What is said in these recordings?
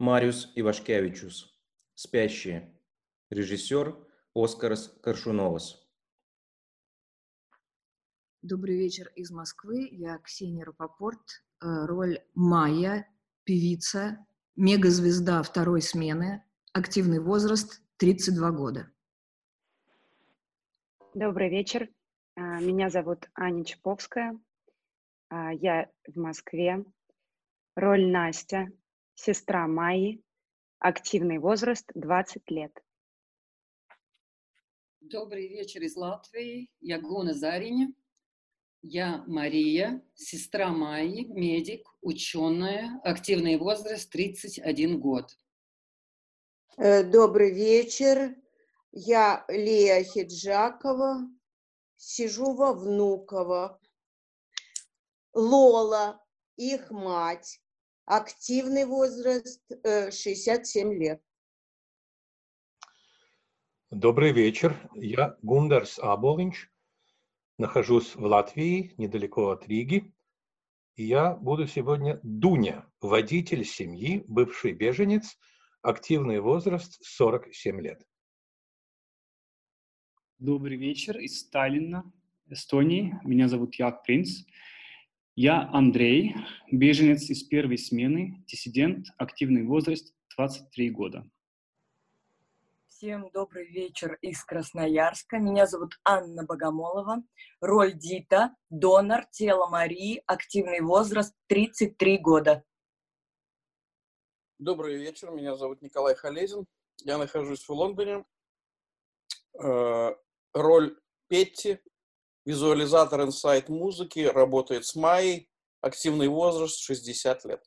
Мариус Ивашкевичус. Спящие. Режиссер Оскарас Коршуновас. Добрый вечер из Москвы. Я Ксения Рапопорт. Роль Майя, певица, мегазвезда второй смены, активный возраст 32 года. Добрый вечер. Меня зовут Аня Чаповская. Я в Москве. Роль Настя, сестра Майи, активный возраст 20 лет. Добрый вечер из Латвии. Я Гуна Зариня. Я Мария, сестра Майи, медик, ученая, активный возраст 31 год. Добрый вечер. Я Лия Хиджакова, сижу во Внуково. Лола, их мать, активный возраст 67 лет. Добрый вечер. Я Гундарс Аболинч. Нахожусь в Латвии, недалеко от Риги. И я буду сегодня Дуня, водитель семьи, бывший беженец, активный возраст 47 лет. Добрый вечер из Таллина, Эстонии. Меня зовут Як Принц. Я Андрей, беженец из первой смены, диссидент, активный возраст 23 года. Всем добрый вечер из Красноярска. Меня зовут Анна Богомолова. Роль Дита, донор, тело Марии, активный возраст 33 года. Добрый вечер, меня зовут Николай Халезин. Я нахожусь в Лондоне. Роль Петти, визуализатор инсайт музыки, работает с Майей, активный возраст 60 лет.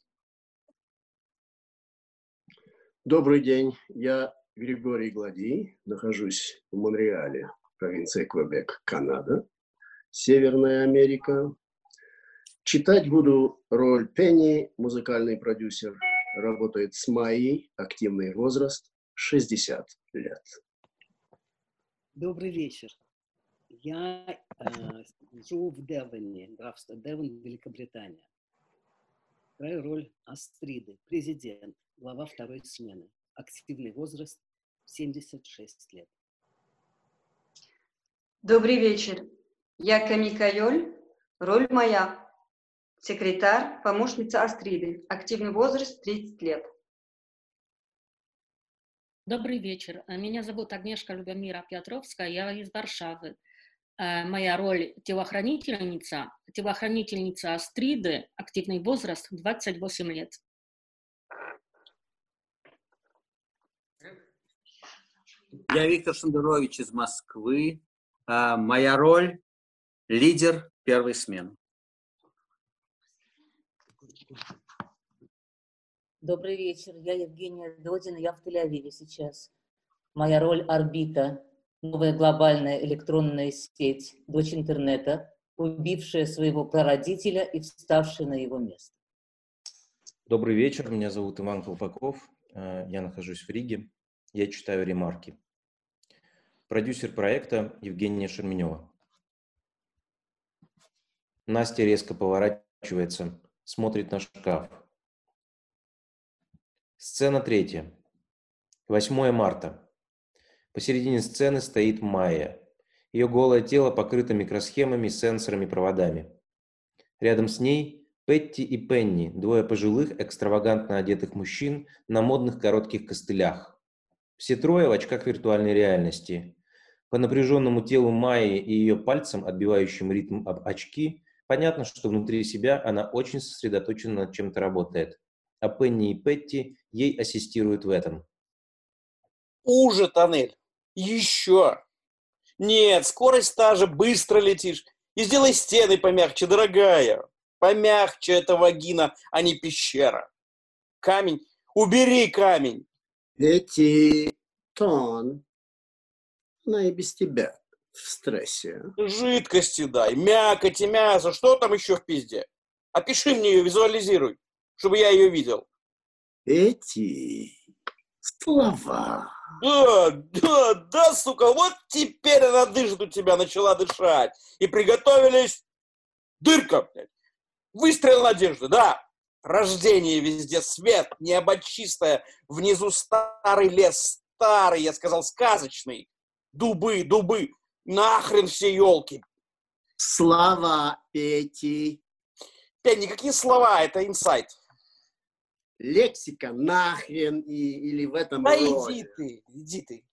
Добрый день, я Григорий Гладий, нахожусь в Монреале, провинция Квебек, Канада, Северная Америка. Читать буду роль Пенни, музыкальный продюсер, работает с Майей, активный возраст 60 лет. Добрый вечер. Я живу в Девоне, графство Девон, Великобритания. Играю роль Астриды, президент, глава второй смены. Активный возраст 76 лет. Добрый вечер. Я Камика Йоль, роль моя. Секретарь, помощница Астриды. Активный возраст 30 лет. Добрый вечер. Меня зовут Агнешка Любомира Петровская, я из Варшавы. Моя роль телохранительница Астриды, активный возраст 28 лет. Я Виктор Шендерович из Москвы. Моя роль – лидер первой смены. Добрый вечер, я Евгения Додина, я в Тель-Авиве сейчас. Моя роль – орбита, новая глобальная электронная сеть, дочь интернета, убившая своего прародителя и вставшая на его место. Добрый вечер, меня зовут Иван Колпаков, я нахожусь в Риге, я читаю ремарки. Продюсер проекта Евгения Шерменева. Настя резко поворачивается, смотрит на шкаф. Сцена 3. 8 марта. Посередине сцены стоит Майя. Ее голое тело покрыто микросхемами, сенсорами, проводами. Рядом с ней Петти и Пенни, двое пожилых, экстравагантно одетых мужчин на модных коротких костылях. Все трое в очках виртуальной реальности. По напряженному телу Майи и ее пальцам, отбивающим ритм об очки, понятно, что внутри себя она очень сосредоточена над чем-то работает. А Пенни и Петти ей ассистируют в этом. Уже тоннель. Еще. Нет, скорость та же, быстро летишь. И сделай стены помягче, дорогая. Помягче это вагина, а не пещера. Камень. Убери камень. Эти тон, она и без тебя в стрессе. Жидкости дай, мякоти, мясо. Что там еще в пизде? Опиши мне ее, визуализируй, чтобы я ее видел. Эти слова. Да, сука, вот теперь она дышит у тебя, начала дышать. И приготовились. Дырка, блядь. Выстрел надежды, да. Рождение везде свет, небо чистое, внизу старый лес, старый, я сказал, сказочный. Дубы, нахрен все елки. Слова, Пети. Петь, никакие слова, это инсайт. Лексика нахрен или в этом Да роде. иди ты.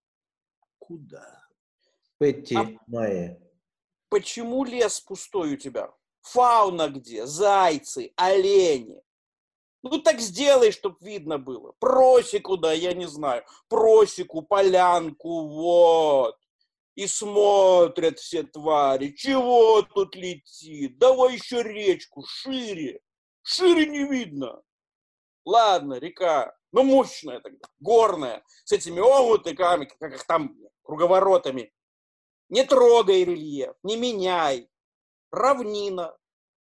Куда? Петти, Майя. Почему лес пустой у тебя? Фауна где? Зайцы, олени. Ну так сделай, чтоб видно было. Просеку, да, я не знаю. Просеку, полянку, вот. И смотрят все твари. Чего тут летит? Давай еще речку, шире. Шире не видно. Ладно, река. Ну, мощная тогда, горная. С этими омутами, как их там, круговоротами. Не трогай рельеф, не меняй. Равнина,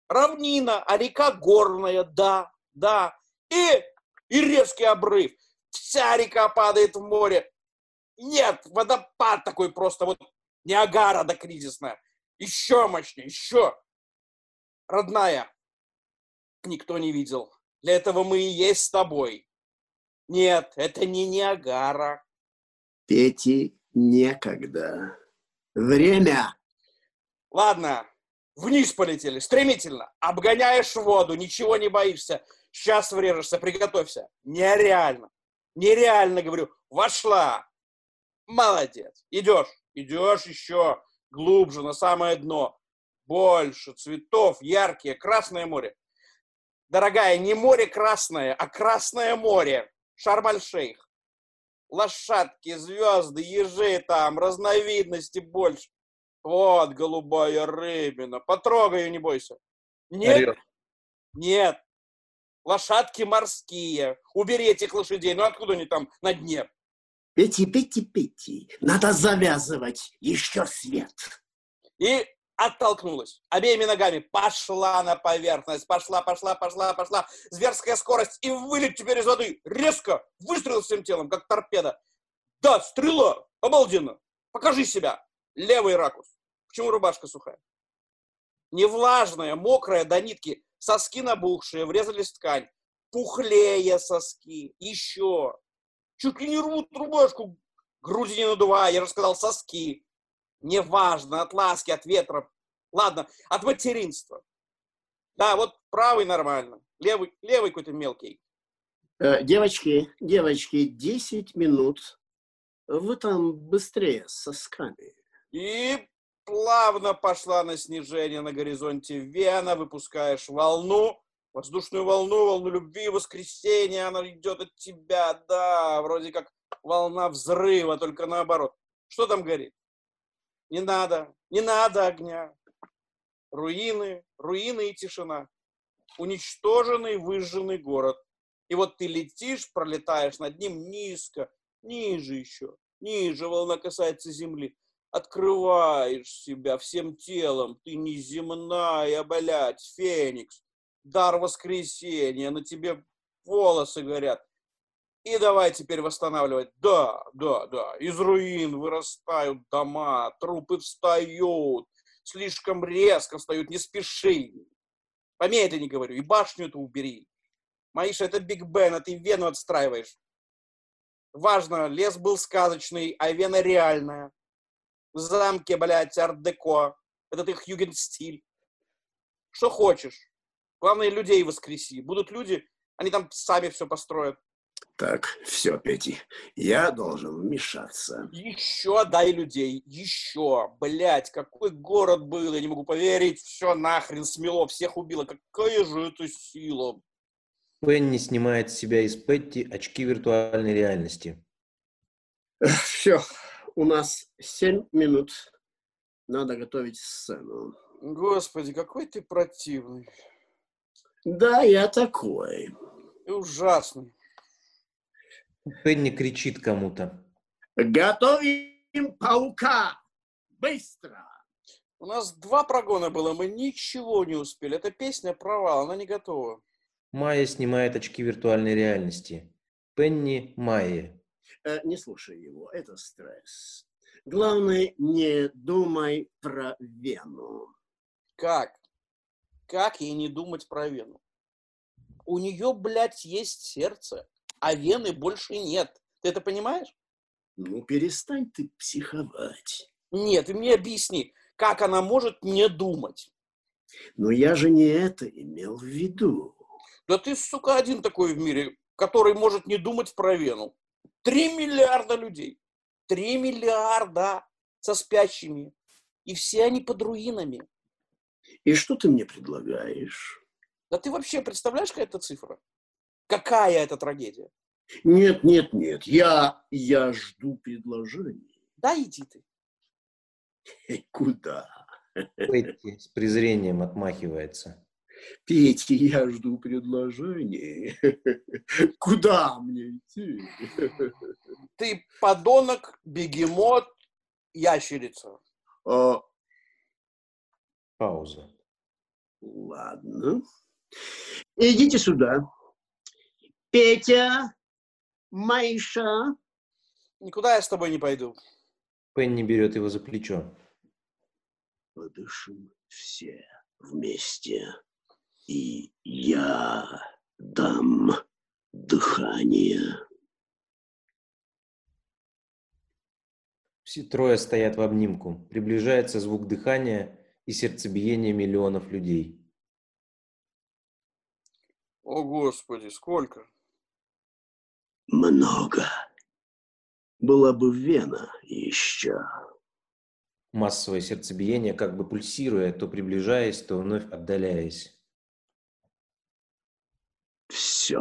а река горная, да. И резкий обрыв. Вся река падает в море. Нет, водопад такой просто, вот Ниагара до кризисная. Еще мощнее, еще. Родная, никто не видел. Для этого мы и есть с тобой. Нет, это не Ниагара. Пети, некогда. Время. Ладно, вниз полетели, стремительно. Обгоняешь воду, ничего не боишься. Сейчас врежешься, приготовься. Нереально, говорю. Вошла. Молодец. Идешь еще глубже, на самое дно. Больше цветов, яркие, Красное море. Дорогая, не море красное, а Красное море. Шарм-эль-Шейх. Лошадки, звезды, ежи там, разновидности больше. Вот голубая рыбина. Потрогай ее, не бойся. Орёт. Нет. Лошадки морские. Убери этих лошадей. Ну откуда они там на дне? Пети. Надо завязывать. Еще свет. И оттолкнулась. Обеими ногами пошла на поверхность. Пошла. Зверская скорость. И вылет теперь из воды. Резко. Выстрелил всем телом, как торпеда. Да, стрела. Обалденно. Покажи себя. Левый ракурс. Почему рубашка сухая? Не влажная, мокрая до нитки. Соски набухшие, врезались в ткань. Пухлее соски. Еще. Чуть ли не рвут рубашку. Груди не надувая. Я же сказал, соски. Неважно, от ласки, от ветра. Ладно, от материнства. Да, вот правый нормально. Левый какой-то мелкий. Девочки, 10 минут. Вы там быстрее с сосками. И плавно пошла на снижение на горизонте вена. Выпускаешь волну. Воздушную волну любви, воскресения. Она идет от тебя. Да, вроде как волна взрыва, только наоборот. Что там горит? Не надо огня. Руины и тишина. Уничтоженный, выжженный город. И вот ты летишь, пролетаешь над ним низко, ниже еще, ниже волна касается земли. Открываешь себя всем телом. Ты неземная, блядь, феникс. Дар воскресения, на тебе волосы горят. И давай теперь восстанавливать. Да. Из руин вырастают дома, трупы встают. Слишком резко встают, не спеши. Помедленнее говорю, и башню эту убери. Маиша, это Биг Бен, а ты Вену отстраиваешь. Важно, лес был сказочный, а Вена реальная. В замке, блядь, арт-деко. Этот их югенстиль. Что хочешь. Главное, людей воскреси. Будут люди, они там сами все построят. Так, все, Пети, я должен вмешаться. Еще дай людей, еще. Блядь, какой город был, я не могу поверить. Все нахрен смело, всех убило. Какая же это сила. Пенни снимает с себя из Петти очки виртуальной реальности. Все, у нас 7 минут. Надо готовить сцену. Господи, какой ты противный. Да, я такой. И ужасный. Пенни кричит кому-то. Готовим паука! Быстро! У нас 2 прогона было, мы ничего не успели. Эта песня провал, она не готова. Майя снимает очки виртуальной реальности. Пенни Майя. Не слушай его, это стресс. Главное, не думай про Вену. Как? Как ей не думать про Вену? У нее, блядь, есть сердце, а вены больше нет. Ты это понимаешь? Ну, перестань ты психовать. Нет, ты мне объясни, как она может не думать? Но я же не это имел в виду. Да ты, сука, один такой в мире, который может не думать про вену. 3 миллиарда людей. 3 миллиарда со спящими. И все они под руинами. И что ты мне предлагаешь? Да ты вообще представляешь, какая это цифра? Какая это трагедия? Нет, я жду предложений. Да иди ты. Куда? Петти с презрением отмахивается. Петя, я жду предложений. Куда мне идти? Ты подонок, бегемот, ящерица. Пауза. Ладно. Идите сюда. Петя, Майша. Никуда я с тобой не пойду. Пенни берет его за плечо. Подышим все вместе. И я дам дыхание. Все трое стоят в обнимку. Приближается звук дыхания и сердцебиение миллионов людей. О, Господи, сколько? Много. Была бы вена еще. Массовое сердцебиение, как бы пульсируя, то приближаясь, то вновь отдаляясь. Все.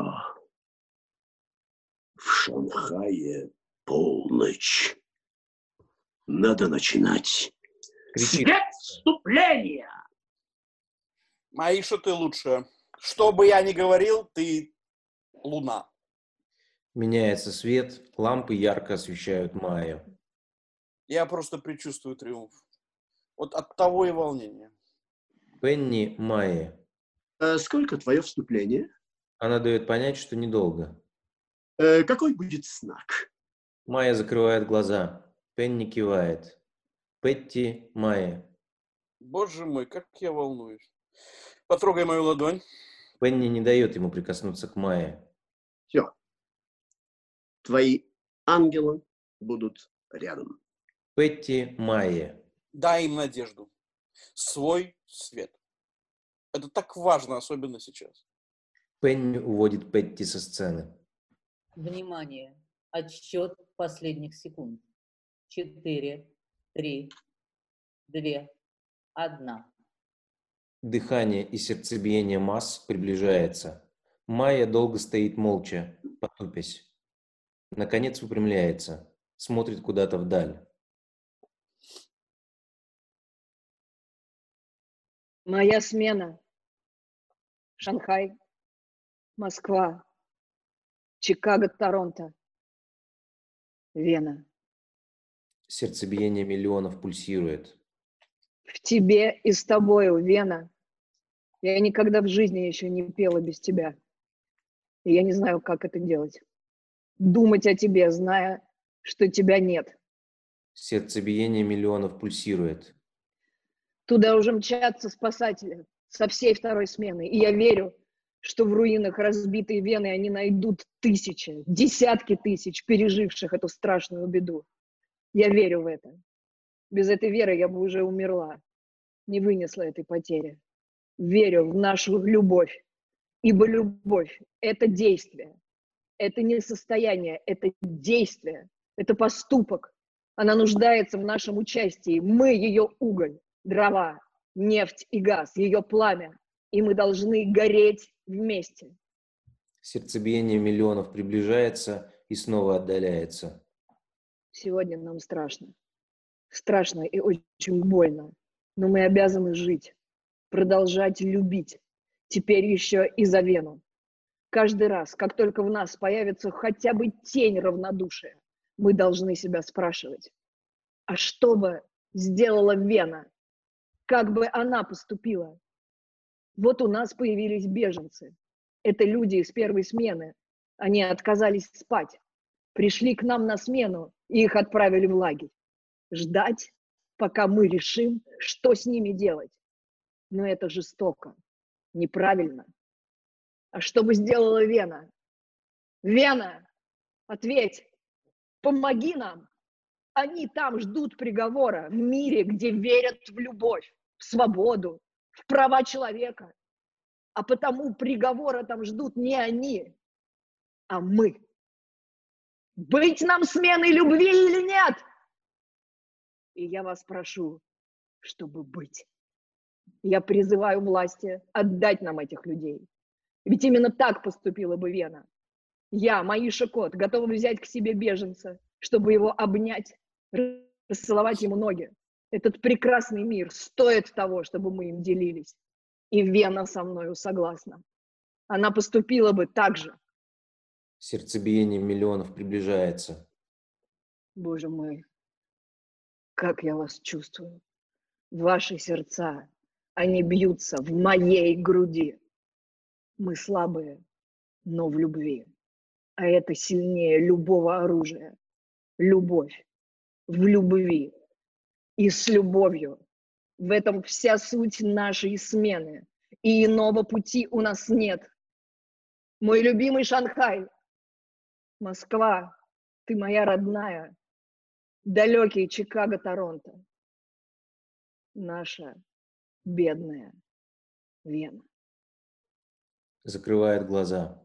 В Шанхае полночь. Надо начинать. Кричит. Свет вступления! Маиша, ты лучшая. Что бы я ни говорил, ты луна. Меняется свет, лампы ярко освещают Майю. Я просто предчувствую триумф. Вот от того и волнения. Пенни Майе. Сколько твое вступление? Она дает понять, что недолго. Какой будет знак? Майя закрывает глаза. Пенни кивает. Петти Майе. Боже мой, как я волнуюсь. Потрогай мою ладонь. Пенни не дает ему прикоснуться к Майе. Все. Твои ангелы будут рядом. Петти Майе. Дай им надежду. Свой свет. Это так важно, особенно сейчас. Пенни уводит Петти со сцены. Внимание! Отсчет последних секунд. 4, 3, 2, 1. Дыхание и сердцебиение масс приближается. Майя долго стоит молча, потупясь. Наконец выпрямляется, смотрит куда-то вдаль. Моя смена. Шанхай, Москва, Чикаго, Торонто, Вена. Сердцебиение миллионов пульсирует. В тебе и с тобою, Вена. Я никогда в жизни еще не пела без тебя. И я не знаю, как это делать. Думать о тебе, зная, что тебя нет. Сердцебиение миллионов пульсирует. Туда уже мчатся спасатели со всей второй смены. И я верю, что в руинах разбитой Вены они найдут тысячи, десятки тысяч переживших эту страшную беду. Я верю в это. Без этой веры я бы уже умерла, не вынесла этой потери. Верю в нашу любовь, ибо любовь – это действие, это не состояние, это действие, это поступок. Она нуждается в нашем участии. Мы ее уголь, дрова, нефть и газ, ее пламя, и мы должны гореть вместе. Сердцебиение миллионов приближается и снова отдаляется. Сегодня нам страшно. Страшно и очень больно. Но мы обязаны жить, продолжать любить. Теперь еще и за Вену. Каждый раз, как только в нас появится хотя бы тень равнодушия, мы должны себя спрашивать, а что бы сделала Вена? Как бы она поступила? Вот у нас появились беженцы. Это люди из первой смены. Они отказались спать. Пришли к нам на смену, и их отправили в лагерь. Ждать, пока мы решим, что с ними делать. Но это жестоко, неправильно. А что бы сделала Вена? Вена, ответь, помоги нам. Они там ждут приговора в мире, где верят в любовь, в свободу, в права человека. А потому приговора там ждут не они, а мы. Быть нам сменой любви или нет? И я вас прошу, чтобы быть. Я призываю власти отдать нам этих людей. Ведь именно так поступила бы Вена. Я, Маиша Кот, готова взять к себе беженца, чтобы его обнять, расцеловать ему ноги. Этот прекрасный мир стоит того, чтобы мы им делились. И Вена со мною согласна. Она поступила бы так же. Сердцебиение миллионов приближается. Боже мой, как я вас чувствую. Ваши сердца, они бьются в моей груди. Мы слабые, но в любви. А это сильнее любого оружия. Любовь. В любви. И с любовью. В этом вся суть нашей смены. И иного пути у нас нет. Мой любимый Шанхай. Москва, ты моя родная. Далекий Чикаго, Торонто. Наша бедная Вена. Закрывает глаза.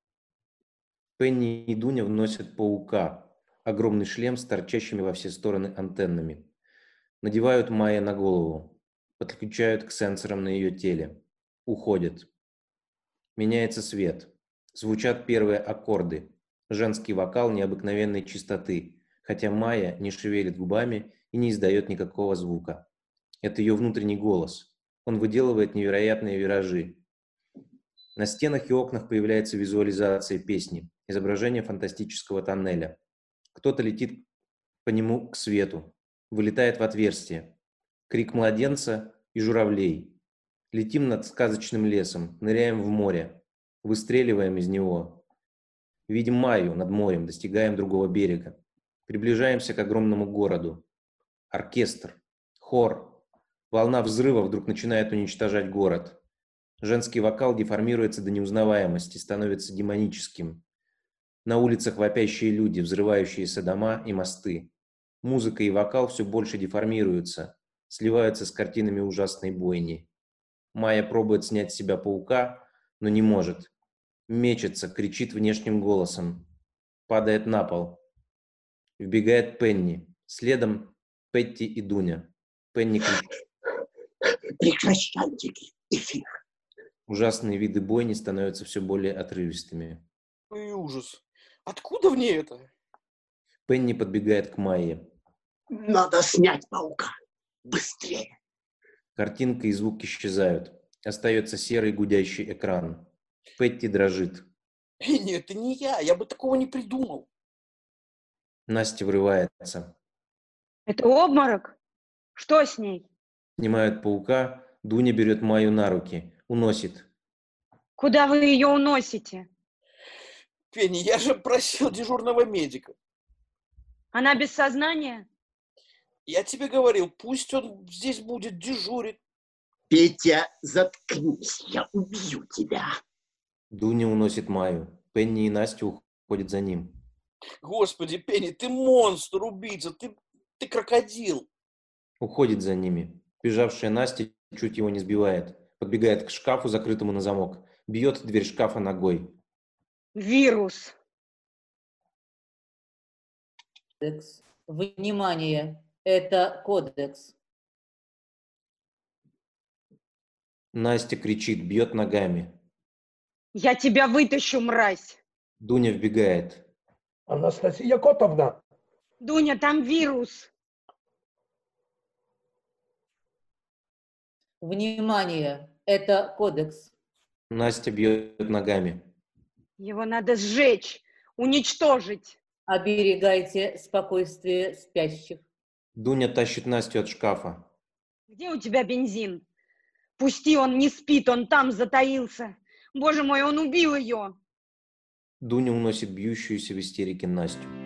Пенни и Дуня вносят паука. Огромный шлем с торчащими во все стороны антеннами. Надевают Майе на голову. Подключают к сенсорам на ее теле. Уходят. Меняется свет. Звучат первые аккорды. Женский вокал необыкновенной чистоты, хотя Майя не шевелит губами и не издает никакого звука. Это ее внутренний голос. Он выделывает невероятные виражи. На стенах и окнах появляется визуализация песни, изображение фантастического тоннеля. Кто-то летит по нему к свету, вылетает в отверстие. Крик младенца и журавлей. Летим над сказочным лесом, ныряем в море, выстреливаем из него. Видим Майю над морем, достигаем другого берега. Приближаемся к огромному городу. Оркестр, хор. Волна взрыва вдруг начинает уничтожать город. Женский вокал деформируется до неузнаваемости, становится демоническим. На улицах вопящие люди, взрывающиеся дома и мосты. Музыка и вокал все больше деформируются, сливаются с картинами ужасной бойни. Майя пробует снять с себя паука, но не может. Мечется, кричит внешним голосом. Падает на пол. Вбегает Пенни. Следом Петти и Дуня. Пенни кричит. Прекращайте эфир. Ужасные виды бойни становятся все более отрывистыми. Ой, ужас. Откуда в ней это? Пенни подбегает к Майе. Надо снять паука. Быстрее. Картинка и звук исчезают. Остается серый гудящий экран. Петти дрожит. Нет, это не я бы такого не придумал. Настя врывается. Это обморок? Что с ней? Снимают паука, Дуня берет Майю на руки, уносит. Куда вы ее уносите? Пенни, я же просил дежурного медика. Она без сознания? Я тебе говорил, пусть он здесь будет дежурить. Петя, заткнись, я убью тебя. Дуня уносит Майю. Пенни и Настя уходят за ним. Господи, Пенни, ты монстр, убийца, ты крокодил. Уходит за ними. Бежавшая Настя чуть его не сбивает. Подбегает к шкафу, закрытому на замок. Бьет дверь шкафа ногой. Вирус. Внимание, это кодекс. Настя кричит, бьет ногами. Я тебя вытащу, мразь. Дуня вбегает. Анастасия Котовна. Дуня, там вирус. Внимание, это кодекс. Настя бьет ногами. Его надо сжечь, уничтожить. Оберегайте спокойствие спящих. Дуня тащит Настю от шкафа. Где у тебя бензин? Пусти, он не спит, он там затаился. Боже мой, он убил ее. Дуня уносит бьющуюся в истерике Настю.